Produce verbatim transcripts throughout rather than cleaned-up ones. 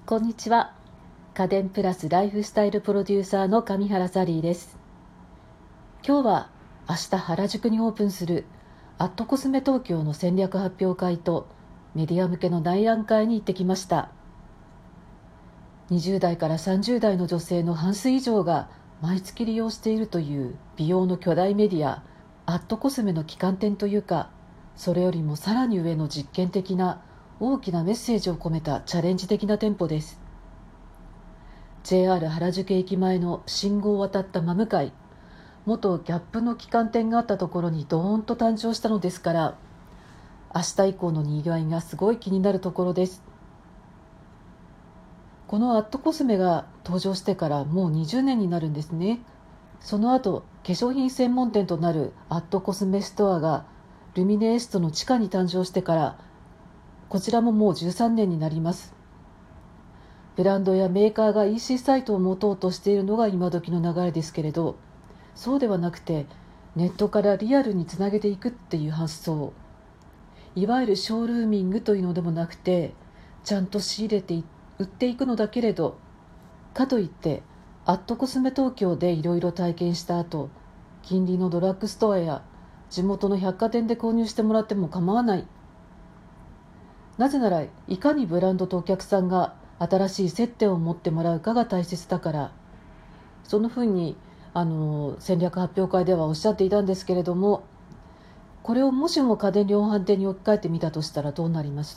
こんにちは。家電プラスライフスタイルプロデューサーの上原サリーです。今日は明日原宿にオープンするアットコスメ東京の戦略発表会とメディア向けの内覧会に行ってきました。にじゅう代からさんじゅう代の女性の半数以上が毎月利用しているという美容の巨大メディアアットコスメの旗艦店というか、それよりもさらに上の実験的な大きなメッセージを込めたチャレンジ的な店舗です。 ジェイアール 原宿駅前の信号を渡った真向かい、元ギャップの旗艦店があったところにドーンと誕生したのですから、明日以降のにぎわいがすごい気になるところです。このアットコスメが登場してからもうにじゅうねんになるんですね。その後化粧品専門店となるアットコスメストアがルミネエストの地下に誕生してから、こちらももうじゅうさんねんになります。ブランドやメーカーが イーシー サイトを持とうとしているのが今時の流れですけれど、そうではなくてネットからリアルにつなげていくっていう発想、いわゆるショールーミングというのでもなくて、ちゃんと仕入れて売っていくのだけれど、かといってアットコスメ東京でいろいろ体験した後、近隣のドラッグストアや地元の百貨店で購入してもらっても構わない。なぜならいかにブランドとお客さんが新しい接点を持ってもらうかが大切だから、そのふうにあの戦略発表会ではおっしゃっていたんですけれども、これをもしも家電量販店に置き換えてみたとしたらどうなります？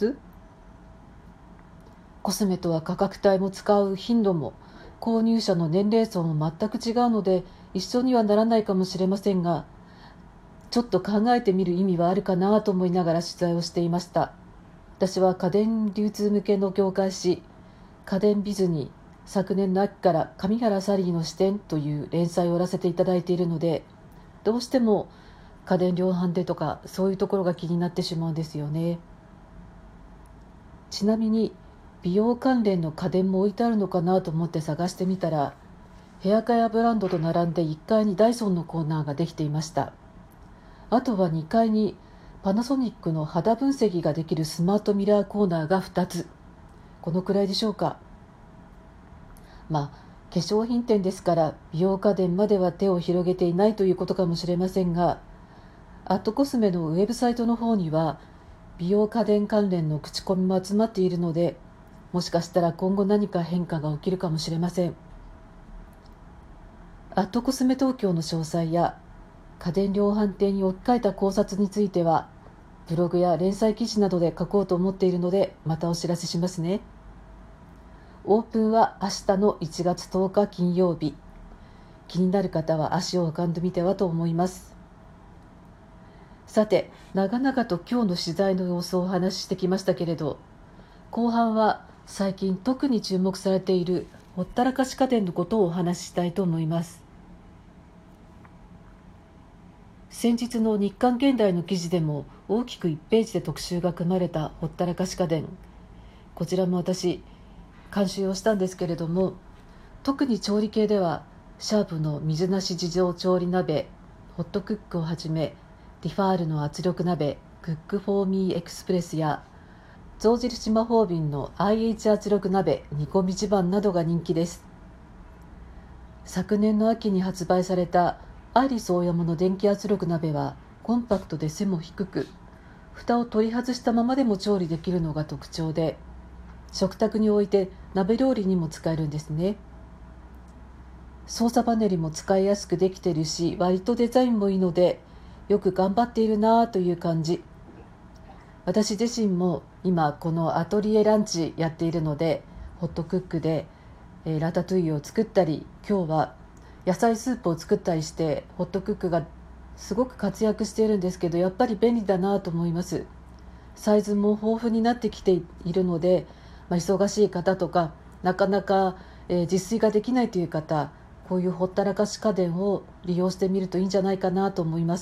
コスメとは価格帯も使う頻度も購入者の年齢層も全く違うので一緒にはならないかもしれませんが、ちょっと考えてみる意味はあるかなと思いながら取材をしていました。私は家電流通向けの業界誌家電ビズに昨年の秋から上原サリーの視点という連載をやらせていただいているので、どうしても家電量販店とかそういうところが気になってしまうんですよね。ちなみに美容関連の家電も置いてあるのかなと思って探してみたら、ヘアケアブランドと並んでいっかいにダイソンのコーナーができていました。あとはにかいにパナソニックの肌分析ができるスマートミラーコーナーがふたつ。このくらいでしょうか。まあ化粧品店ですから美容家電までは手を広げていないということかもしれませんが、アットコスメのウェブサイトの方には美容家電関連の口コミも集まっているので、もしかしたら今後何か変化が起きるかもしれません。アットコスメ東京の詳細や家電量販店に置き換えた考察についてはブログや連載記事などで書こうと思っているので、またお知らせしますね。オープンは明日のいちがつとおか金曜日。気になる方は足を運んでみてはと思います。さて、長々と今日の取材の様子をお話ししてきましたけれど、後半は最近特に注目されているほったらかし家電のことをお話ししたいと思います。先日の日刊現代の記事でも大きくいちページで特集が組まれたほったらかし家電、こちらも私監修をしたんですけれども、特に調理系ではシャープの水なし自動調理鍋ホットクックをはじめ、ティファールの圧力鍋クックフォーミーエクスプレスや象印魔法瓶の アイエイチ 圧力鍋煮込み地盤などが人気です。昨年の秋に発売されたアイリスオーヤマの電気圧力鍋はコンパクトで背も低く、蓋を取り外したままでも調理できるのが特徴で、食卓に置いて鍋料理にも使えるんですね。操作パネルも使いやすくできているし、割とデザインもいいのでよく頑張っているなという感じ。私自身も今このアトリエランチやっているので、ホットクックでラタトゥイユを作ったり、今日は野菜スープを作ったりして、ホットクックがすごく活躍しているんですけど、やっぱり便利だなと思います。サイズも豊富になってきているので、まあ、忙しい方とかなかなか、えー、自炊ができないという方、こういうほったらかし家電を利用してみるといいんじゃないかなと思います。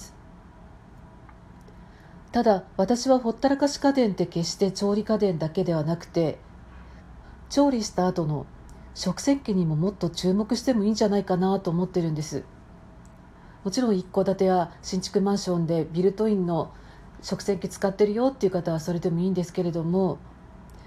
ただ私はほったらかし家電って決して調理家電だけではなくて、調理した後の食洗機にももっと注目してもいいんじゃないかなと思ってるんです。もちろん一戸建てや新築マンションでビルトインの食洗機使ってるよっていう方はそれでもいいんですけれども、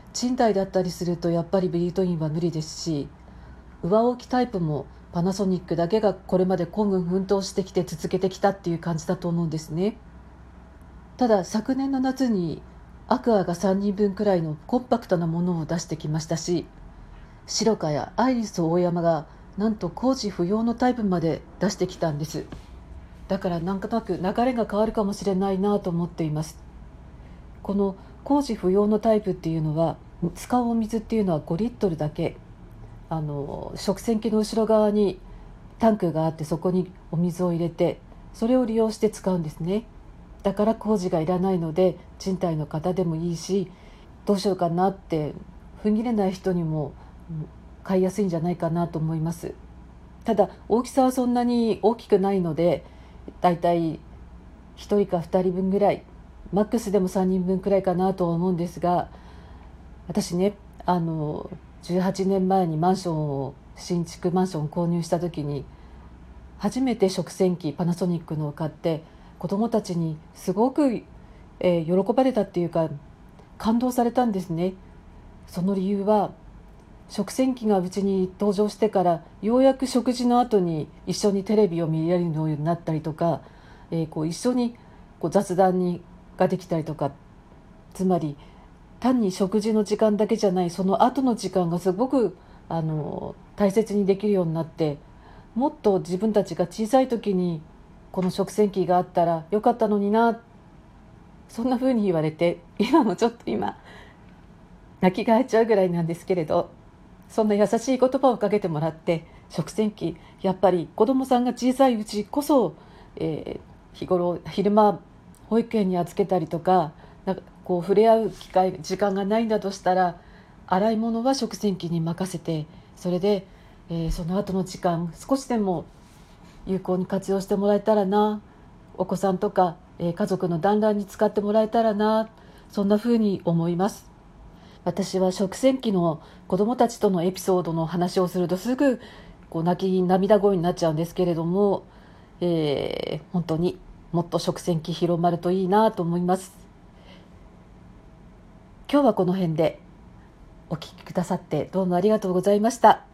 賃貸だったりするとやっぱりビルトインは無理ですし、上置きタイプもパナソニックだけがこれまで孤軍奮闘してきて続けてきたっていう感じだと思うんですね。ただ昨年の夏にアクアがさんにんぶんくらいのコンパクトなものを出してきましたし、シロカやアイリスオーヤマがなんと工事不要のタイプまで出してきたんです。だからなんとなく流れが変わるかもしれないなと思っています。この工事不要のタイプっていうのは、使うお水っていうのはごリットルだけ、あの食洗機の後ろ側にタンクがあって、そこにお水を入れてそれを利用して使うんですね。だから工事がいらないので、賃貸の方でもいいし、どうしようかなって踏ん切れない人にも買いやすいんじゃないかなと思います。ただ大きさはそんなに大きくないので、だいたいひとりかふたりぶんぐらい、マックスでもさんにんぶんくらいかなと思うんですが、私ね、あのじゅうはちねんまえにマンションを新築マンションを購入した時に、初めて食洗機パナソニックのを買って子どもたちにすごく、えー喜ばれたっていうか、感動されたんですね。その理由は、食洗機がうちに登場してからようやく食事の後に一緒にテレビを見れるようになったりとか、えーこう一緒にこう雑談にができたりとか、つまり単に食事の時間だけじゃない、その後の時間がすごくあの大切にできるようになって、もっと自分たちが小さい時にこの食洗機があったらよかったのにな、そんな風に言われて、今もちょっと今泣きが入っちゃうぐらいなんですけれど、そんな優しい言葉をかけてもらって、食洗機、やっぱり子どもさんが小さいうちこそ、えー日頃昼間保育園に預けたりとか、なんかこう触れ合う機会時間がないんだとしたら、洗い物は食洗機に任せて、それで、えーその後の時間少しでも有効に活用してもらえたらな、お子さんとか、えー家族の団らんに使ってもらえたらな、そんな風に思います。私は食洗機の子どもたちとのエピソードの話をするとすぐこう泣き涙声になっちゃうんですけれども、えー本当にもっと食洗機広まるといいなと思います。今日はこの辺でお聞きくださってどうもありがとうございました。